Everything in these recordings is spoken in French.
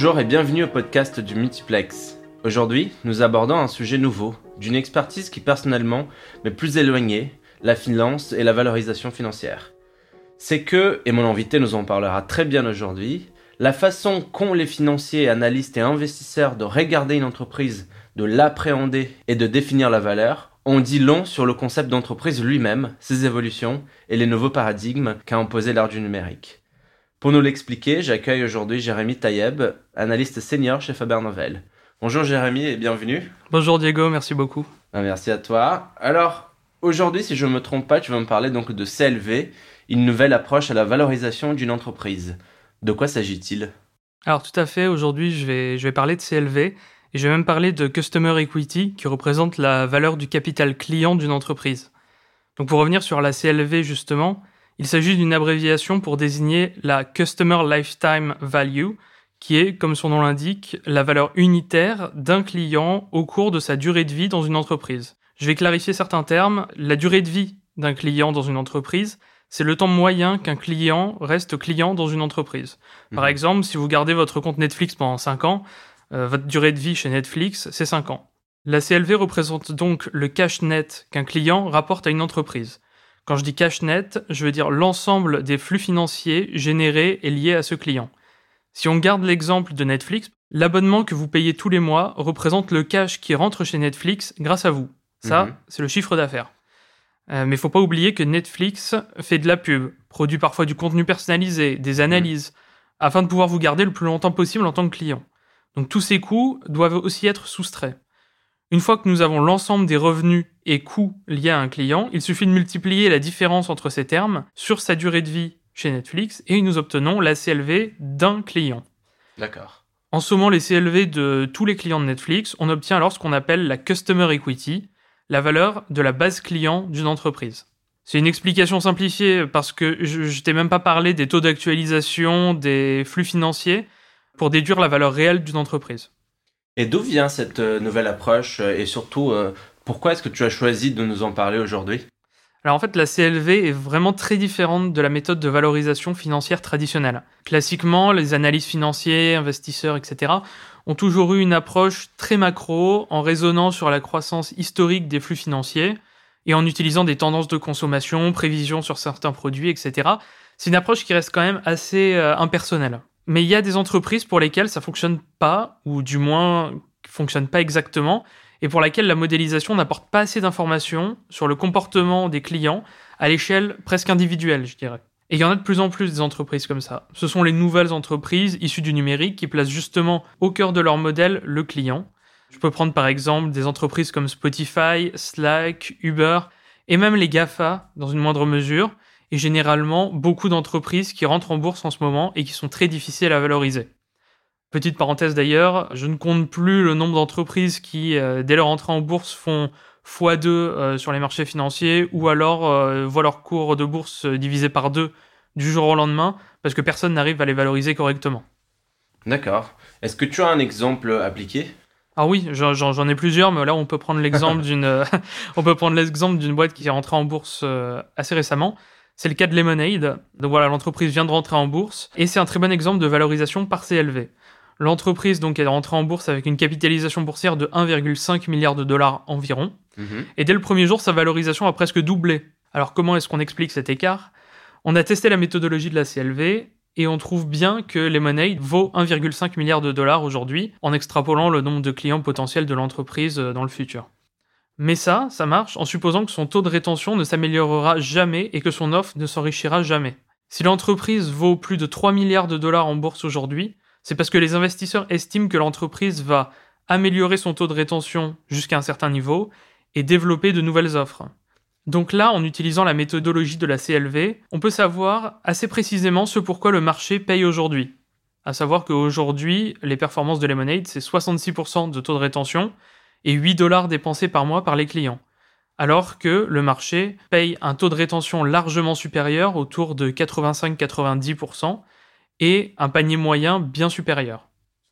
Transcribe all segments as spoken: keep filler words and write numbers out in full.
Bonjour et bienvenue au podcast du Multiplex. Aujourd'hui, nous abordons un sujet nouveau, d'une expertise qui personnellement m'est plus éloignée, la finance et la valorisation financière. C'est que, et mon invité nous en parlera très bien aujourd'hui, la façon qu'ont les financiers, analystes et investisseurs de regarder une entreprise, de l'appréhender et de définir la valeur, on dit long sur le concept d'entreprise lui-même, ses évolutions et les nouveaux paradigmes qu'a imposé l'ère du numérique. Pour nous l'expliquer, j'accueille aujourd'hui Jérémy Tayeb, analyste senior chez Faber Novel. Bonjour Jérémy et bienvenue. Bonjour Diego, merci beaucoup. Ben, merci à toi. Alors, aujourd'hui, si je ne me trompe pas, tu vas me parler donc de C L V, une nouvelle approche à la valorisation d'une entreprise. De quoi s'agit-il ? Alors tout à fait, aujourd'hui je vais, je vais parler de C L V et je vais même parler de Customer Equity qui représente la valeur du capital client d'une entreprise. Donc pour revenir sur la C L V justement, il s'agit d'une abréviation pour désigner la Customer Lifetime Value, qui est, comme son nom l'indique, la valeur unitaire d'un client au cours de sa durée de vie dans une entreprise. Je vais clarifier certains termes. La durée de vie d'un client dans une entreprise, c'est le temps moyen qu'un client reste client dans une entreprise. Par mmh. exemple, si vous gardez votre compte Netflix pendant cinq ans, euh, votre durée de vie chez Netflix, c'est cinq ans. La C L V représente donc le cash net qu'un client rapporte à une entreprise. Quand je dis cash net, je veux dire l'ensemble des flux financiers générés et liés à ce client. Si on garde l'exemple de Netflix, l'abonnement que vous payez tous les mois représente le cash qui rentre chez Netflix grâce à vous. Ça, mmh. c'est le chiffre d'affaires. Euh, mais il ne faut pas oublier que Netflix fait de la pub, produit parfois du contenu personnalisé, des analyses, mmh. afin de pouvoir vous garder le plus longtemps possible en tant que client. Donc tous ces coûts doivent aussi être soustraits. Une fois que nous avons l'ensemble des revenus et coûts liés à un client, il suffit de multiplier la différence entre ces termes sur sa durée de vie chez Netflix et nous obtenons la C L V d'un client. D'accord. En sommant les C L V de tous les clients de Netflix, on obtient alors ce qu'on appelle la Customer Equity, la valeur de la base client d'une entreprise. C'est une explication simplifiée parce que je, je t'ai même pas parlé des taux d'actualisation, des flux financiers, pour déduire la valeur réelle d'une entreprise. Et d'où vient cette euh, nouvelle approche et surtout, euh, pourquoi est-ce que tu as choisi de nous en parler aujourd'hui ? Alors en fait, la C L V est vraiment très différente de la méthode de valorisation financière traditionnelle. Classiquement, les analystes financiers, investisseurs, et cetera ont toujours eu une approche très macro en raisonnant sur la croissance historique des flux financiers et en utilisant des tendances de consommation, prévisions sur certains produits, et cetera. C'est une approche qui reste quand même assez euh, impersonnelle. Mais il y a des entreprises pour lesquelles ça fonctionne pas, ou du moins fonctionne pas exactement, et pour laquelle la modélisation n'apporte pas assez d'informations sur le comportement des clients à l'échelle presque individuelle, je dirais. Et il y en a de plus en plus des entreprises comme ça. Ce sont les nouvelles entreprises issues du numérique qui placent justement au cœur de leur modèle le client. Je peux prendre par exemple des entreprises comme Spotify, Slack, Uber, et même les GAFA dans une moindre mesure, et généralement beaucoup d'entreprises qui rentrent en bourse en ce moment et qui sont très difficiles à valoriser. Petite parenthèse d'ailleurs, je ne compte plus le nombre d'entreprises qui, euh, dès leur entrée en bourse, font fois deux euh, sur les marchés financiers ou alors euh, voient leur cours de bourse divisé par deux du jour au lendemain parce que personne n'arrive à les valoriser correctement. D'accord. Est-ce que tu as un exemple appliqué ? Ah oui, j'en, j'en ai plusieurs, mais là on peut prendre l'exemple d'une, on peut prendre l'exemple d'une boîte qui est rentrée en bourse euh, assez récemment. C'est le cas de Lemonade. Donc voilà, l'entreprise vient de rentrer en bourse et c'est un très bon exemple de valorisation par C L V. L'entreprise donc est rentrée en bourse avec une capitalisation boursière de un virgule cinq milliard de dollars environ. Mmh. Et dès le premier jour, sa valorisation a presque doublé. Alors comment est-ce qu'on explique cet écart ? On a testé la méthodologie de la C L V et on trouve bien que Lemonade vaut un virgule cinq milliard de dollars aujourd'hui en extrapolant le nombre de clients potentiels de l'entreprise dans le futur. Mais ça, ça marche en supposant que son taux de rétention ne s'améliorera jamais et que son offre ne s'enrichira jamais. Si l'entreprise vaut plus de trois milliards de dollars en bourse aujourd'hui, c'est parce que les investisseurs estiment que l'entreprise va améliorer son taux de rétention jusqu'à un certain niveau et développer de nouvelles offres. Donc là, en utilisant la méthodologie de la C L V, on peut savoir assez précisément ce pourquoi le marché paye aujourd'hui. À savoir qu'aujourd'hui, les performances de Lemonade, c'est soixante-six pour cent de taux de rétention et huit dollars dépensés par mois par les clients. Alors que le marché paye un taux de rétention largement supérieur, autour de quatre-vingt-cinq à quatre-vingt-dix pour cent, et un panier moyen bien supérieur.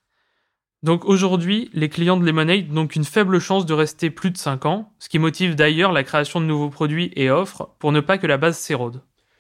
Donc aujourd'hui, les clients de Lemonade n'ont qu'une faible chance de rester plus de cinq ans, ce qui motive d'ailleurs la création de nouveaux produits et offres pour ne pas que la base s'érode.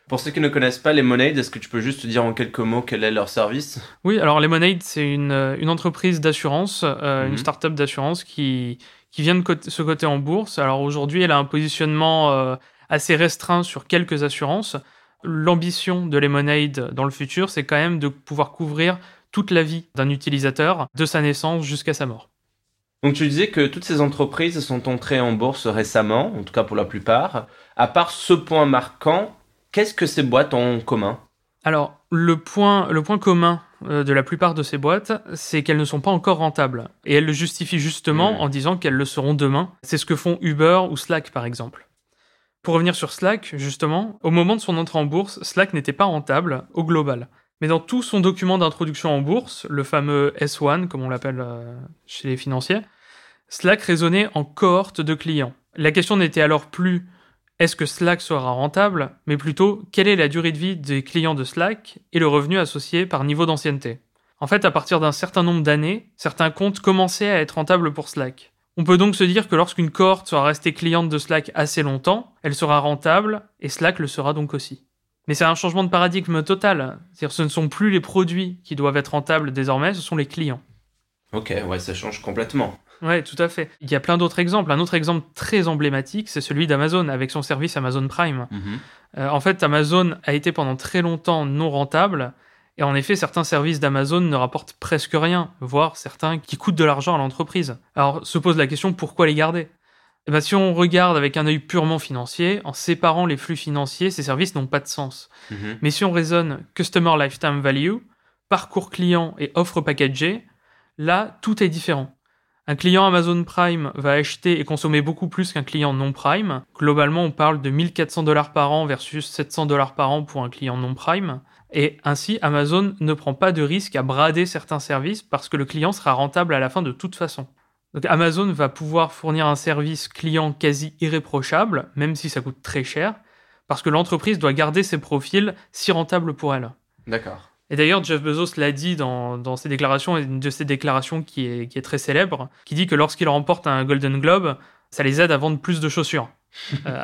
Pour ceux qui ne connaissent pas Lemonade, est-ce que tu peux juste dire en quelques mots quel est leur service ? Oui, alors Lemonade, c'est une, une entreprise d'assurance, euh, Mhm. une start-up d'assurance qui, qui vient de coter- se coter en bourse. Alors aujourd'hui, elle a un positionnement euh, assez restreint sur quelques assurances. L'ambition de Lemonade dans le futur, c'est quand même de pouvoir couvrir toute la vie d'un utilisateur, de sa naissance jusqu'à sa mort. Donc tu disais que toutes ces entreprises sont entrées en bourse récemment, en tout cas pour la plupart. À part ce point marquant, qu'est-ce que ces boîtes ont en commun ? Alors, le point, le point commun euh, de la plupart de ces boîtes, c'est qu'elles ne sont pas encore rentables. Et elles le justifient justement Mmh. en disant qu'elles le seront demain. C'est ce que font Uber ou Slack, par exemple. Pour revenir sur Slack, justement, au moment de son entrée en bourse, Slack n'était pas rentable au global. Mais dans tout son document d'introduction en bourse, le fameux S un, comme on l'appelle euh, chez les financiers, Slack raisonnait en cohorte de clients. La question n'était alors plus est-ce que Slack sera rentable, mais plutôt quelle est la durée de vie des clients de Slack et le revenu associé par niveau d'ancienneté. En fait, à partir d'un certain nombre d'années, certains comptes commençaient à être rentables pour Slack. On peut donc se dire que lorsqu'une cohorte sera restée cliente de Slack assez longtemps, elle sera rentable et Slack le sera donc aussi. Mais c'est un changement de paradigme total. C'est-à-dire que ce ne sont plus les produits qui doivent être rentables désormais, ce sont les clients. Ok, ouais, ça change complètement. Ouais, tout à fait. Il y a plein d'autres exemples. Un autre exemple très emblématique, c'est celui d'Amazon, avec son service Amazon Prime. Mhm. Euh, en fait, Amazon a été pendant très longtemps non rentable, et en effet, certains services d'Amazon ne rapportent presque rien, voire certains qui coûtent de l'argent à l'entreprise. Alors, se pose la question, pourquoi les garder ? Eh ben, si on regarde avec un œil purement financier, en séparant les flux financiers, ces services n'ont pas de sens. Mhm. Mais si on raisonne Customer Lifetime Value, parcours client et offre packagée, là, tout est différent. Un client Amazon Prime va acheter et consommer beaucoup plus qu'un client non Prime. Globalement, on parle de mille quatre cents dollars par an versus sept cents dollars par an pour un client non Prime. Et ainsi, Amazon ne prend pas de risque à brader certains services parce que le client sera rentable à la fin de toute façon. Donc Amazon va pouvoir fournir un service client quasi irréprochable, même si ça coûte très cher, parce que l'entreprise doit garder ses profils si rentables pour elle. D'accord. Et d'ailleurs, Jeff Bezos l'a dit dans, dans ses déclarations, et une de ses déclarations qui est, qui est très célèbre, qui dit que lorsqu'il remporte un Golden Globe, ça les aide à vendre plus de chaussures. euh,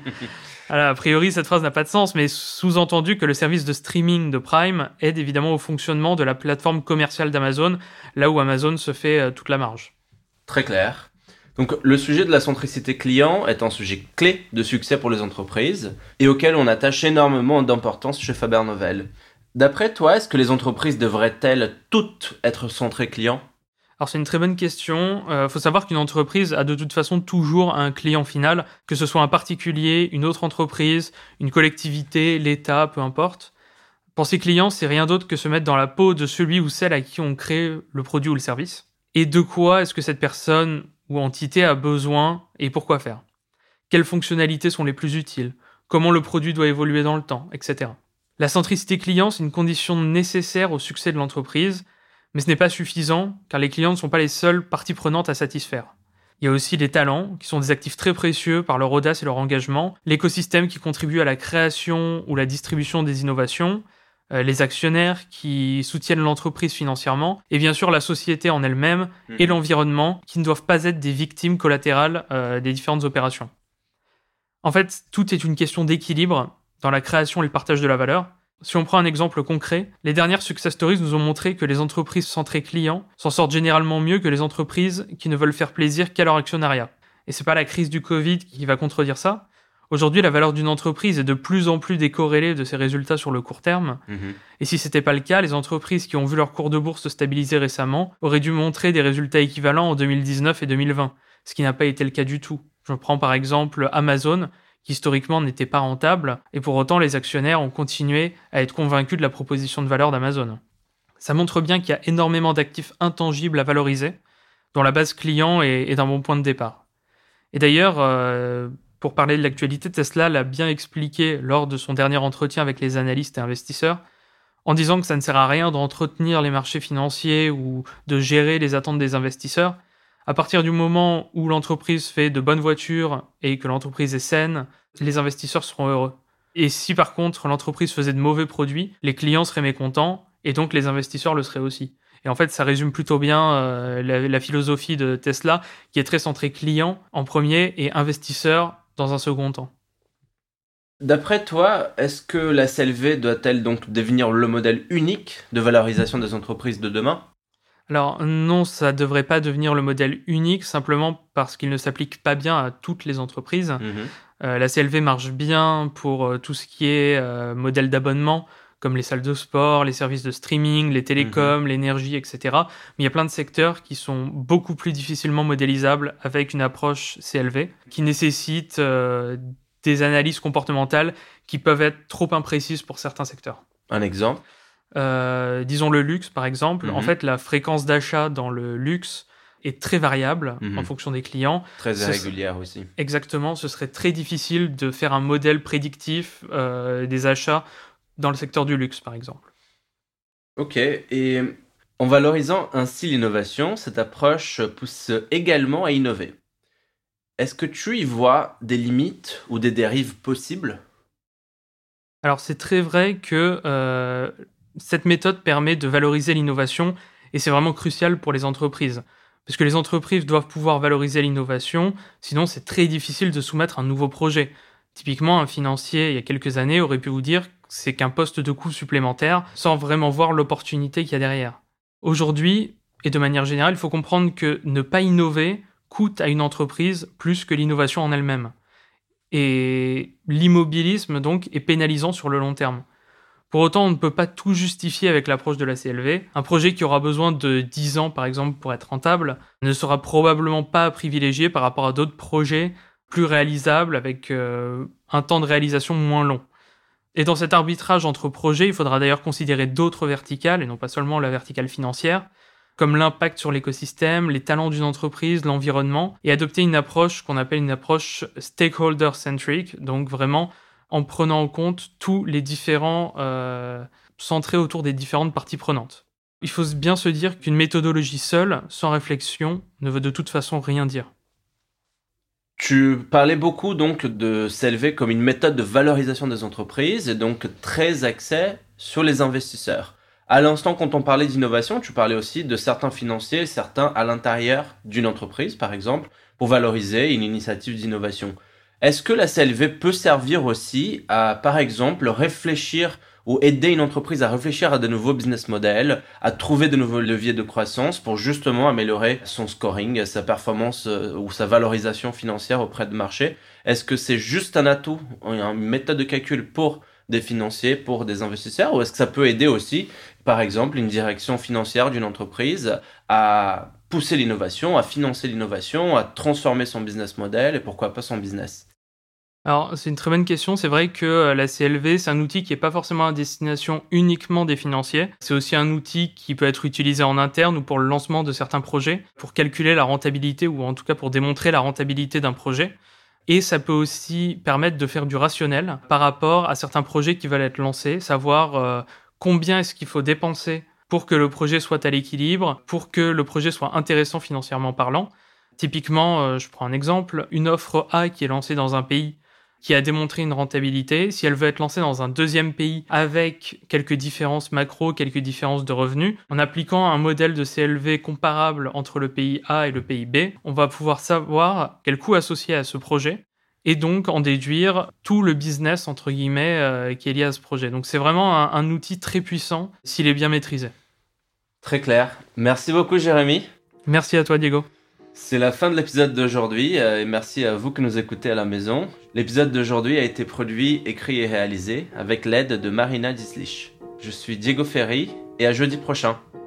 alors, a priori, cette phrase n'a pas de sens, mais sous-entendu que le service de streaming de Prime aide évidemment au fonctionnement de la plateforme commerciale d'Amazon, là où Amazon se fait euh, toute la marge. Très clair. Donc le sujet de la centricité client est un sujet clé de succès pour les entreprises et auquel on attache énormément d'importance chez Faber-Novel. D'après toi, est-ce que les entreprises devraient-elles toutes être centrées client ? Alors c'est une très bonne question. Il euh, faut savoir qu'une entreprise a de toute façon toujours un client final, que ce soit un particulier, une autre entreprise, une collectivité, l'État, peu importe. Penser client, c'est rien d'autre que se mettre dans la peau de celui ou celle à qui on crée le produit ou le service. Et de quoi est-ce que cette personne ou entité a besoin et pourquoi faire ? Quelles fonctionnalités sont les plus utiles ? Comment le produit doit évoluer dans le temps, et cetera. La centricité client, c'est une condition nécessaire au succès de l'entreprise, mais ce n'est pas suffisant, car les clients ne sont pas les seules parties prenantes à satisfaire. Il y a aussi les talents, qui sont des actifs très précieux par leur audace et leur engagement, l'écosystème qui contribue à la création ou la distribution des innovations, euh, les actionnaires qui soutiennent l'entreprise financièrement, et bien sûr la société en elle-même mmh. et l'environnement, qui ne doivent pas être des victimes collatérales euh, des différentes opérations. En fait, tout est une question d'équilibre dans la création et le partage de la valeur. Si on prend un exemple concret, les dernières success stories nous ont montré que les entreprises centrées clients s'en sortent généralement mieux que les entreprises qui ne veulent faire plaisir qu'à leur actionnariat. Et c'est pas la crise du Covid qui va contredire ça. Aujourd'hui, la valeur d'une entreprise est de plus en plus décorrélée de ses résultats sur le court terme. Mmh. Et si c'était pas le cas, les entreprises qui ont vu leur cours de bourse se stabiliser récemment auraient dû montrer des résultats équivalents en deux mille dix-neuf et deux mille vingt, ce qui n'a pas été le cas du tout. Je prends par exemple Amazon, qui historiquement n'était pas rentable, et pour autant les actionnaires ont continué à être convaincus de la proposition de valeur d'Amazon. Ça montre bien qu'il y a énormément d'actifs intangibles à valoriser, dont la base client est, est un bon point de départ. Et d'ailleurs, euh, pour parler de l'actualité, Tesla l'a bien expliqué lors de son dernier entretien avec les analystes et investisseurs, en disant que ça ne sert à rien d'entretenir les marchés financiers ou de gérer les attentes des investisseurs. À partir du moment où l'entreprise fait de bonnes voitures et que l'entreprise est saine, les investisseurs seront heureux. Et si par contre l'entreprise faisait de mauvais produits, les clients seraient mécontents et donc les investisseurs le seraient aussi. Et en fait, ça résume plutôt bien euh, la, la philosophie de Tesla, qui est très centrée client en premier et investisseur dans un second temps. D'après toi, est-ce que la C L V doit-elle donc devenir le modèle unique de valorisation des entreprises de demain ? Alors non, ça ne devrait pas devenir le modèle unique, simplement parce qu'il ne s'applique pas bien à toutes les entreprises. Mmh. Euh, la C L V marche bien pour euh, tout ce qui est euh, modèle d'abonnement, comme les salles de sport, les services de streaming, les télécoms, mmh. l'énergie, et cetera. Mais il y a plein de secteurs qui sont beaucoup plus difficilement modélisables avec une approche C L V, qui nécessitent euh, des analyses comportementales qui peuvent être trop imprécises pour certains secteurs. Un exemple ? Euh, disons le luxe, par exemple. Mmh. En fait, la fréquence d'achat dans le luxe est très variable mmh. en fonction des clients. Très irrégulière ce... aussi. Exactement. Ce serait très difficile de faire un modèle prédictif euh, des achats dans le secteur du luxe, par exemple. Ok. Et en valorisant ainsi l'innovation, cette approche pousse également à innover. Est-ce que tu y vois des limites ou des dérives possibles ? Alors, c'est très vrai que euh, cette méthode permet de valoriser l'innovation et c'est vraiment crucial pour les entreprises. Parce que les entreprises doivent pouvoir valoriser l'innovation, sinon c'est très difficile de soumettre un nouveau projet. Typiquement, un financier, il y a quelques années, aurait pu vous dire que c'est qu'un poste de coût supplémentaire sans vraiment voir l'opportunité qu'il y a derrière. Aujourd'hui, et de manière générale, il faut comprendre que ne pas innover coûte à une entreprise plus que l'innovation en elle-même. Et l'immobilisme, donc, est pénalisant sur le long terme. Pour autant, on ne peut pas tout justifier avec l'approche de la C L V. Un projet qui aura besoin de dix ans, par exemple, pour être rentable, ne sera probablement pas privilégié par rapport à d'autres projets plus réalisables avec euh, un temps de réalisation moins long. Et dans cet arbitrage entre projets, il faudra d'ailleurs considérer d'autres verticales, et non pas seulement la verticale financière, comme l'impact sur l'écosystème, les talents d'une entreprise, l'environnement, et adopter une approche qu'on appelle une approche stakeholder-centric, donc vraiment en prenant en compte tous les différents, euh, centrés autour des différentes parties prenantes. Il faut bien se dire qu'une méthodologie seule, sans réflexion, ne veut de toute façon rien dire. Tu parlais beaucoup donc de C L V comme une méthode de valorisation des entreprises et donc très axée sur les investisseurs. À l'instant, quand on parlait d'innovation, tu parlais aussi de certains financiers, certains à l'intérieur d'une entreprise, par exemple, pour valoriser une initiative d'innovation. Est-ce que la C L V peut servir aussi à, par exemple, réfléchir ou aider une entreprise à réfléchir à de nouveaux business models, à trouver de nouveaux leviers de croissance pour justement améliorer son scoring, sa performance euh, ou sa valorisation financière auprès de marché? Est-ce que c'est juste un atout, une méthode de calcul pour des financiers, pour des investisseurs, ou est-ce que ça peut aider aussi, par exemple, une direction financière d'une entreprise à pousser l'innovation, à financer l'innovation, à transformer son business model et pourquoi pas son business? Alors, c'est une très bonne question. C'est vrai que la C L V, c'est un outil qui n'est pas forcément à destination uniquement des financiers. C'est aussi un outil qui peut être utilisé en interne ou pour le lancement de certains projets, pour calculer la rentabilité ou en tout cas pour démontrer la rentabilité d'un projet. Et ça peut aussi permettre de faire du rationnel par rapport à certains projets qui veulent être lancés, savoir euh, combien est-ce qu'il faut dépenser pour que le projet soit à l'équilibre, pour que le projet soit intéressant financièrement parlant. Typiquement, euh, je prends un exemple, une offre A qui est lancée dans un pays qui a démontré une rentabilité, si elle veut être lancée dans un deuxième pays avec quelques différences macro, quelques différences de revenus, en appliquant un modèle de C L V comparable entre le pays A et le pays B, on va pouvoir savoir quel coût associé à ce projet et donc en déduire tout le business, entre guillemets, euh, qui est lié à ce projet. Donc c'est vraiment un, un outil très puissant s'il est bien maîtrisé. Très clair. Merci beaucoup, Jérémy. Merci à toi, Diego. C'est la fin de l'épisode d'aujourd'hui euh, et merci à vous qui nous écoutez à la maison. L'épisode d'aujourd'hui a été produit, écrit et réalisé avec l'aide de Marina Dislich. Je suis Diego Ferry et à jeudi prochain.